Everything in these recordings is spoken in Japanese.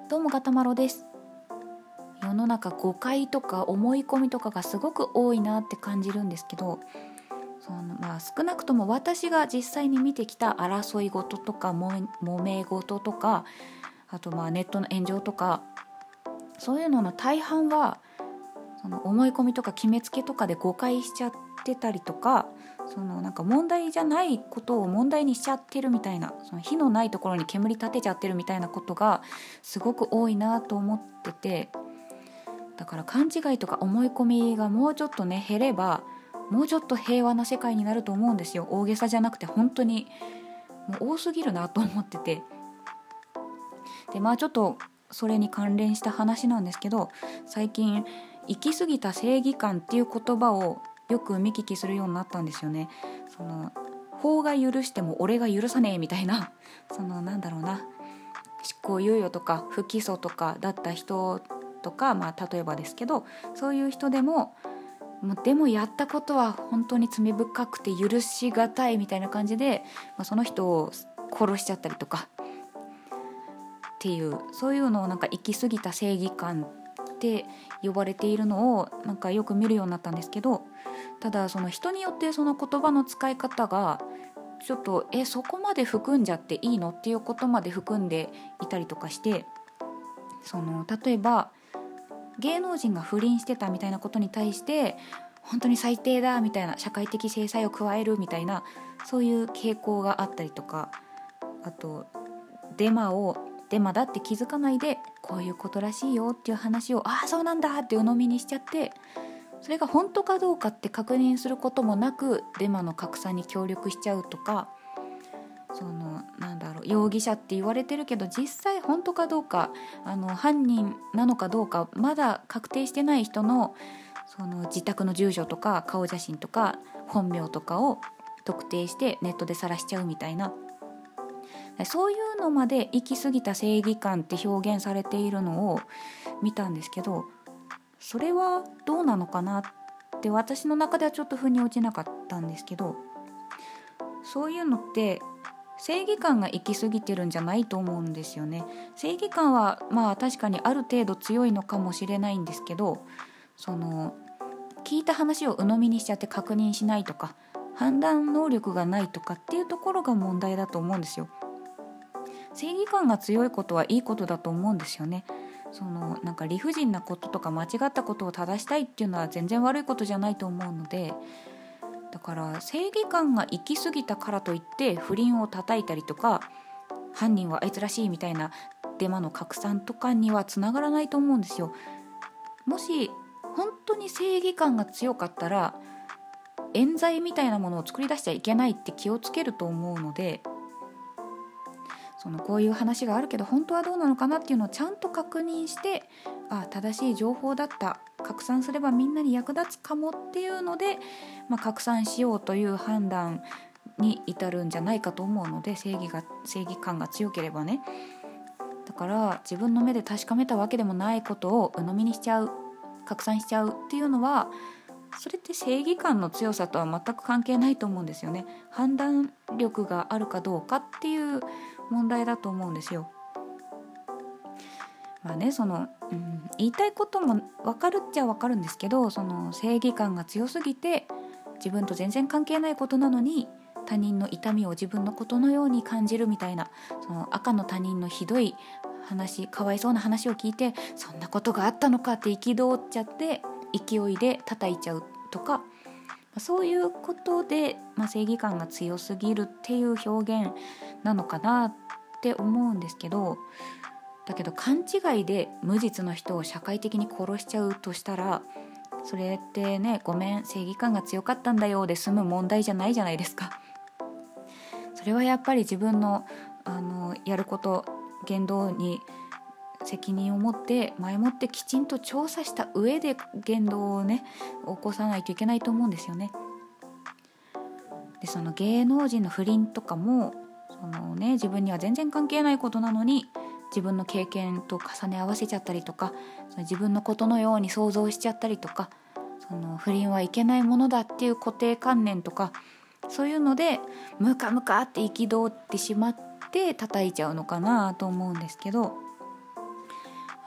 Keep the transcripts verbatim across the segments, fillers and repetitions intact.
どうもガタマロです。世の中誤解とか思い込みとかがすごく多いなって感じるんですけど、そのまあ少なくとも私が実際に見てきた争い事とかも揉め事とか、あとまあネットの炎上とか、そういうのの大半はその思い込みとか決めつけとかで誤解しちゃってたりとか、そのなんか問題じゃないことを問題にしちゃってるみたいな、その火のないところに煙立てちゃってるみたいなことがすごく多いなと思ってて、だから勘違いとか思い込みがもうちょっとね減れば、もうちょっと平和な世界になると思うんですよ。大げさじゃなくて本当にもう多すぎるなと思ってて、でまあちょっとそれに関連した話なんですけど、最近行き過ぎた正義感っていう言葉をよく見聞きするようになったんですよね。その法が許しても俺が許さねえみたいな、そのなんだろうな、執行猶予とか不起訴とかだった人とか、まあ例えばですけど、そういう人でももうでもやったことは本当に罪深くて許しがたいみたいな感じで、まあ、その人を殺しちゃったりとかっていう、そういうのをなんか行き過ぎた正義感って呼ばれているのをなんかよく見るようになったんですけど、ただその人によってその言葉の使い方がちょっとえそこまで含んじゃっていいのっていうことまで含んでいたりとかして、その例えば芸能人が不倫してたみたいなことに対して本当に最低だみたいな、社会的制裁を加えるみたいな、そういう傾向があったりとか、あとデマをデマだって気づかないでこういうことらしいよっていう話をああそうなんだって鵜呑みにしちゃって、それが本当かどうかって確認することもなくデマの拡散に協力しちゃうとか、そのなんだろう、容疑者って言われてるけど実際本当かどうか、あの犯人なのかどうかまだ確定してない人のその自宅の住所とか顔写真とか本名とかを特定してネットで晒しちゃうみたいな、そういうのまで行き過ぎた正義感って表現されているのを見たんですけど、それはどうなのかなって私の中ではちょっと腑に落ちなかったんですけど、そういうのって正義感が行き過ぎてるんじゃないと思うんですよね。正義感はまあ確かにある程度強いのかもしれないんですけど、その聞いた話を鵜呑みにしちゃって確認しないとか、判断能力がないとかっていうところが問題だと思うんですよ。正義感が強いことはいいことだと思うんですよね。そのなんか理不尽なこととか間違ったことを正したいっていうのは全然悪いことじゃないと思うので、だから正義感が行き過ぎたからといって不倫を叩いたりとか、犯人はあいつらしいみたいなデマの拡散とかにはつながらないと思うんですよ。もし本当に正義感が強かったら冤罪みたいなものを作り出しちゃいけないって気をつけると思うので、そのこういう話があるけど本当はどうなのかなっていうのをちゃんと確認して、あ正しい情報だった、拡散すればみんなに役立つかもっていうので、まあ、拡散しようという判断に至るんじゃないかと思うので、正義が正義感が強ければね。だから自分の目で確かめたわけでもないことを鵜呑みにしちゃう、拡散しちゃうっていうのは、それって正義感の強さとは全く関係ないと思うんですよね。判断力があるかどうかっていう問題だと思うんですよ。まあね、その、うん、言いたいことも分かるっちゃ分かるんですけど、その正義感が強すぎて自分と全然関係ないことなのに他人の痛みを自分のことのように感じるみたいな、その赤の他人のひどい話、かわいそうな話を聞いてそんなことがあったのかって憤っちゃって勢いで叩いちゃうとか、そういうことで、まあ、正義感が強すぎるっていう表現なのかなって思うんですけど、だけど勘違いで無実の人を社会的に殺しちゃうとしたら、それってね、ごめん正義感が強かったんだよで済む問題じゃないじゃないですか。それはやっぱり自分の、あのやること、言動に責任を持って前もってきちんと調査した上で言動をね起こさないといけないと思うんですよね。でその芸能人の不倫とかも、そのね、自分には全然関係ないことなのに自分の経験と重ね合わせちゃったりとか、その自分のことのように想像しちゃったりとか、その不倫はいけないものだっていう固定観念とか、そういうのでムカムカって憤ってしまって叩いちゃうのかなと思うんですけど、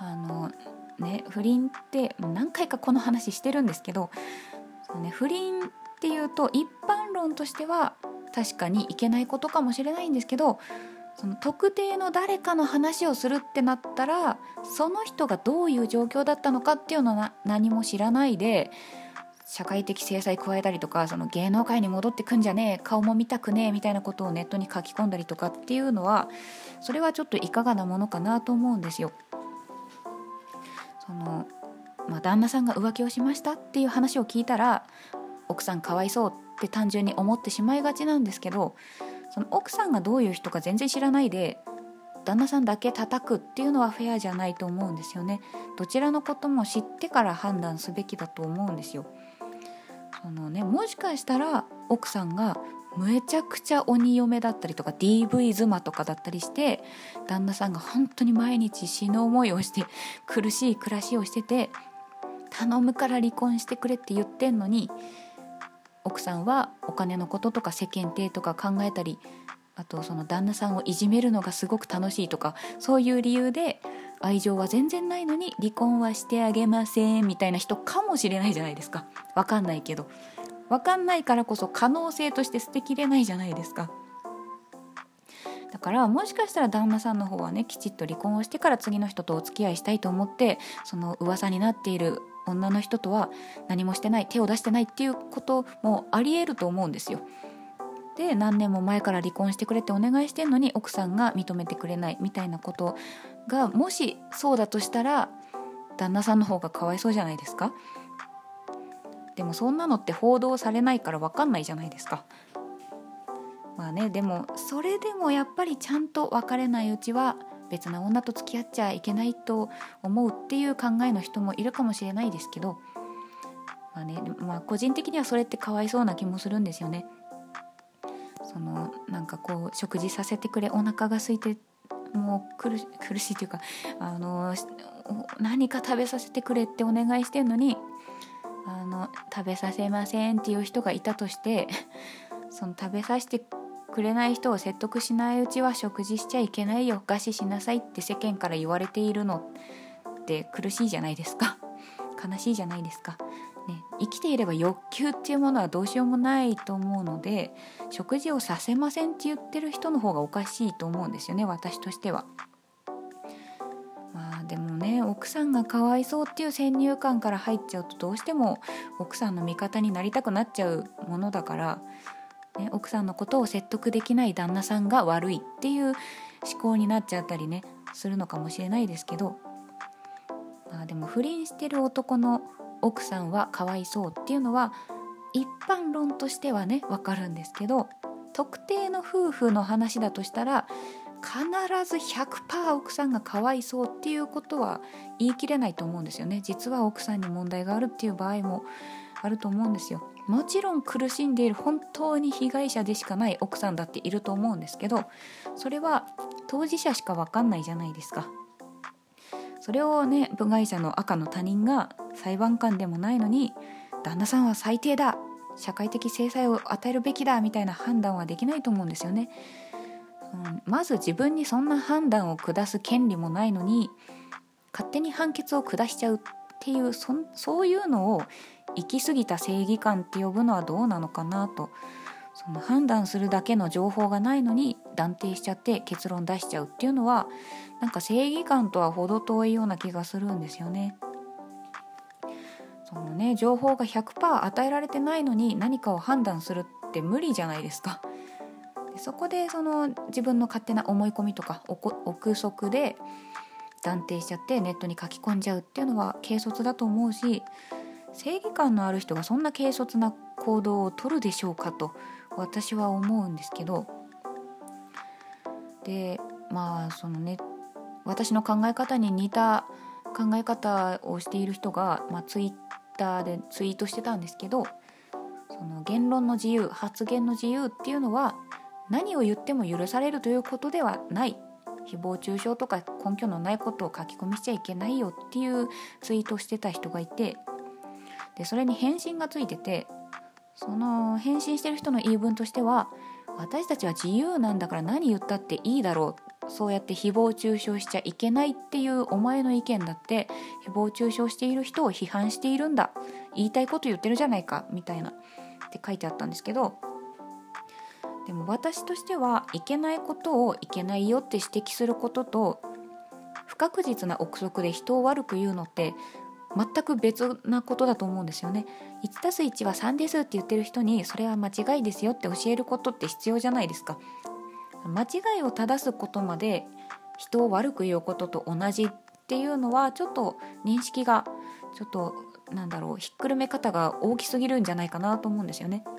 あのね、不倫って何回かこの話してるんですけど、そのね、不倫っていうと一般論としては確かにいけないことかもしれないんですけど、その特定の誰かの話をするってなったら、その人がどういう状況だったのかっていうのは何も知らないで社会的制裁加えたりとか、その芸能界に戻ってくんじゃねえ、顔も見たくねえみたいなことをネットに書き込んだりとかっていうのは、それはちょっといかがなものかなと思うんですよ。その、まあ、旦那さんが浮気をしましたっていう話を聞いたら、奥さんかわいそうって単純に思ってしまいがちなんですけど、その奥さんがどういう人か全然知らないで旦那さんだけ叩くっていうのはフェアじゃないと思うんですよね。どちらのことも知ってから判断すべきだと思うんですよ。そのね、もしかしたら奥さんがめちゃくちゃ鬼嫁だったりとか ディーブイ 妻とかだったりして、旦那さんが本当に毎日死ぬ思いをして苦しい暮らしをしてて、頼むから離婚してくれって言ってんのに、奥さんはお金のこととか世間体とか考えたり、あとその旦那さんをいじめるのがすごく楽しいとか、そういう理由で愛情は全然ないのに離婚はしてあげませんみたいな人かもしれないじゃないですか。わかんないけど、わかんないからこそ可能性として捨てきれないじゃないですか。だからもしかしたら旦那さんの方はね、きちっと離婚をしてから次の人とお付き合いしたいと思って、その噂になっている女の人とは何もしてない、手を出してないっていうこともありえると思うんですよ。で、何年も前から離婚してくれってお願いしてんのに奥さんが認めてくれないみたいなことが、もしそうだとしたら旦那さんの方がかわいそうじゃないですか。でもそんなのって報道されないから分かんないじゃないですか。まあね、でもそれでもやっぱりちゃんと別れないうちは別な女と付き合っちゃいけないと思うっていう考えの人もいるかもしれないですけど、まあね、まあ個人的にはそれってかわいそうな気もするんですよね。そのなんかこう食事させてくれ、お腹が空いてもう苦し、苦しいというか、あの何か食べさせてくれってお願いしてんのに、あの食べさせませんっていう人がいたとして、その食べさせてくれない人を説得しないうちは食事しちゃいけないよ、餓死しなさいって世間から言われているのって苦しいじゃないですか。悲しいじゃないですか、ね、生きていれば欲求っていうものはどうしようもないと思うので、食事をさせませんって言ってる人の方がおかしいと思うんですよね、私としては。まあでもね、奥さんがかわいそうっていう先入観から入っちゃうと、どうしても奥さんの味方になりたくなっちゃうものだから、ね、奥さんのことを説得できない旦那さんが悪いっていう思考になっちゃったりねするのかもしれないですけど、まあでも不倫してる男の奥さんはかわいそうっていうのは一般論としてはねわかるんですけど、特定の夫婦の話だとしたら必ず ひゃくパーセント 奥さんがかわいそうっていうことは言い切れないと思うんですよね。実は奥さんに問題があるっていう場合もあると思うんですよ。もちろん苦しんでいる本当に被害者でしかない奥さんだっていると思うんですけど、それは当事者しか分かんないじゃないですか。それをね、部外者の赤の他人が裁判官でもないのに、旦那さんは最低だ、社会的制裁を与えるべきだみたいな判断はできないと思うんですよね。うん、まず自分にそんな判断を下す権利もないのに勝手に判決を下しちゃうっていう、そ, そういうのを行き過ぎた正義感って呼ぶのはどうなのかなと。その判断するだけの情報がないのに断定しちゃって結論出しちゃうっていうのは、なんか正義感とは程遠いような気がするんですよね。そのね、情報が ひゃくパーセント 与えられてないのに何かを判断するって無理じゃないですか。でそこでその自分の勝手な思い込みとか憶測で断定しちゃってネットに書き込んじゃうっていうのは軽率だと思うし、正義感のある人がそんな軽率な行動を取るでしょうかと私は思うんですけど、でまあそのね、私の考え方に似た考え方をしている人が、まあ、ツイッターでツイートしてたんですけど、その言論の自由、発言の自由っていうのは何を言っても許されるということではない、誹謗中傷とか根拠のないことを書き込みしちゃいけないよっていうツイートをしてた人がいて、でそれに返信がついてて、その返信してる人の言い分としては、私たちは自由なんだから何言ったっていいだろう、 そうやって誹謗中傷しちゃいけないっていうお前の意見だって誹謗中傷している人を批判しているんだ、言いたいこと言ってるじゃないかみたいなって書いてあったんですけど、でも私としてはいけないことをいけないよって指摘することと不確実な憶測で人を悪く言うのって全く別なことだと思うんですよね。 いちたすいち はさんですって言ってる人にそれは間違いですよって教えることって必要じゃないですか。間違いを正すことまで人を悪く言うことと同じっていうのはちょっと認識がちょっとなんだろうひっくるめ方が大きすぎるんじゃないかなと思うんですよね。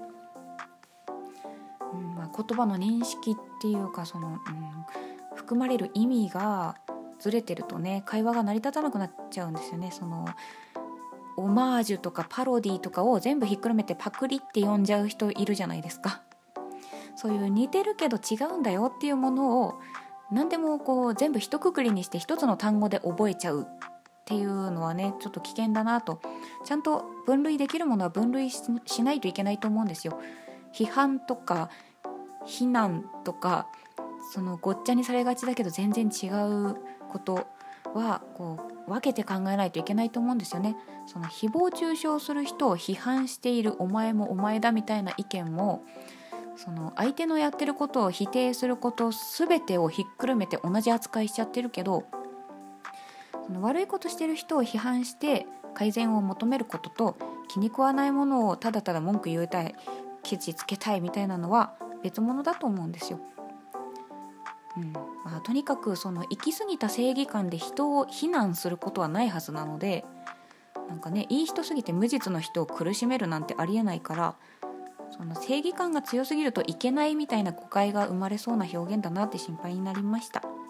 うんまあ、言葉の認識っていうかその、うん、含まれる意味がずれてるとね会話が成り立たなくなっちゃうんですよね。そのオマージュとかパロディとかを全部ひっくるめてパクリって呼んじゃう人いるじゃないですか。そういう似てるけど違うんだよっていうものを何でもこう全部一括りにして一つの単語で覚えちゃうっていうのはねちょっと危険だなと。ちゃんと分類できるものは分類 し, しないといけないと思うんですよ。批判とか非難とかそのごっちゃにされがちだけど全然違うことはこう分けて考えないといけないと思うんですよね。その誹謗中傷する人を批判しているお前もお前だみたいな意見もその相手のやってることを否定すること全てをひっくるめて同じ扱いしちゃってるけど、その悪いことしてる人を批判して改善を求めることと気に食わないものをただただ文句言いたいケチつけたいみたいなのは別物だと思うんですよ。うんまあ、とにかくその行き過ぎた正義感で人を非難することはないはずなので、なんかねいい人すぎて無実の人を苦しめるなんてありえないから、その正義感が強すぎるといけないみたいな誤解が生まれそうな表現だなって心配になりました。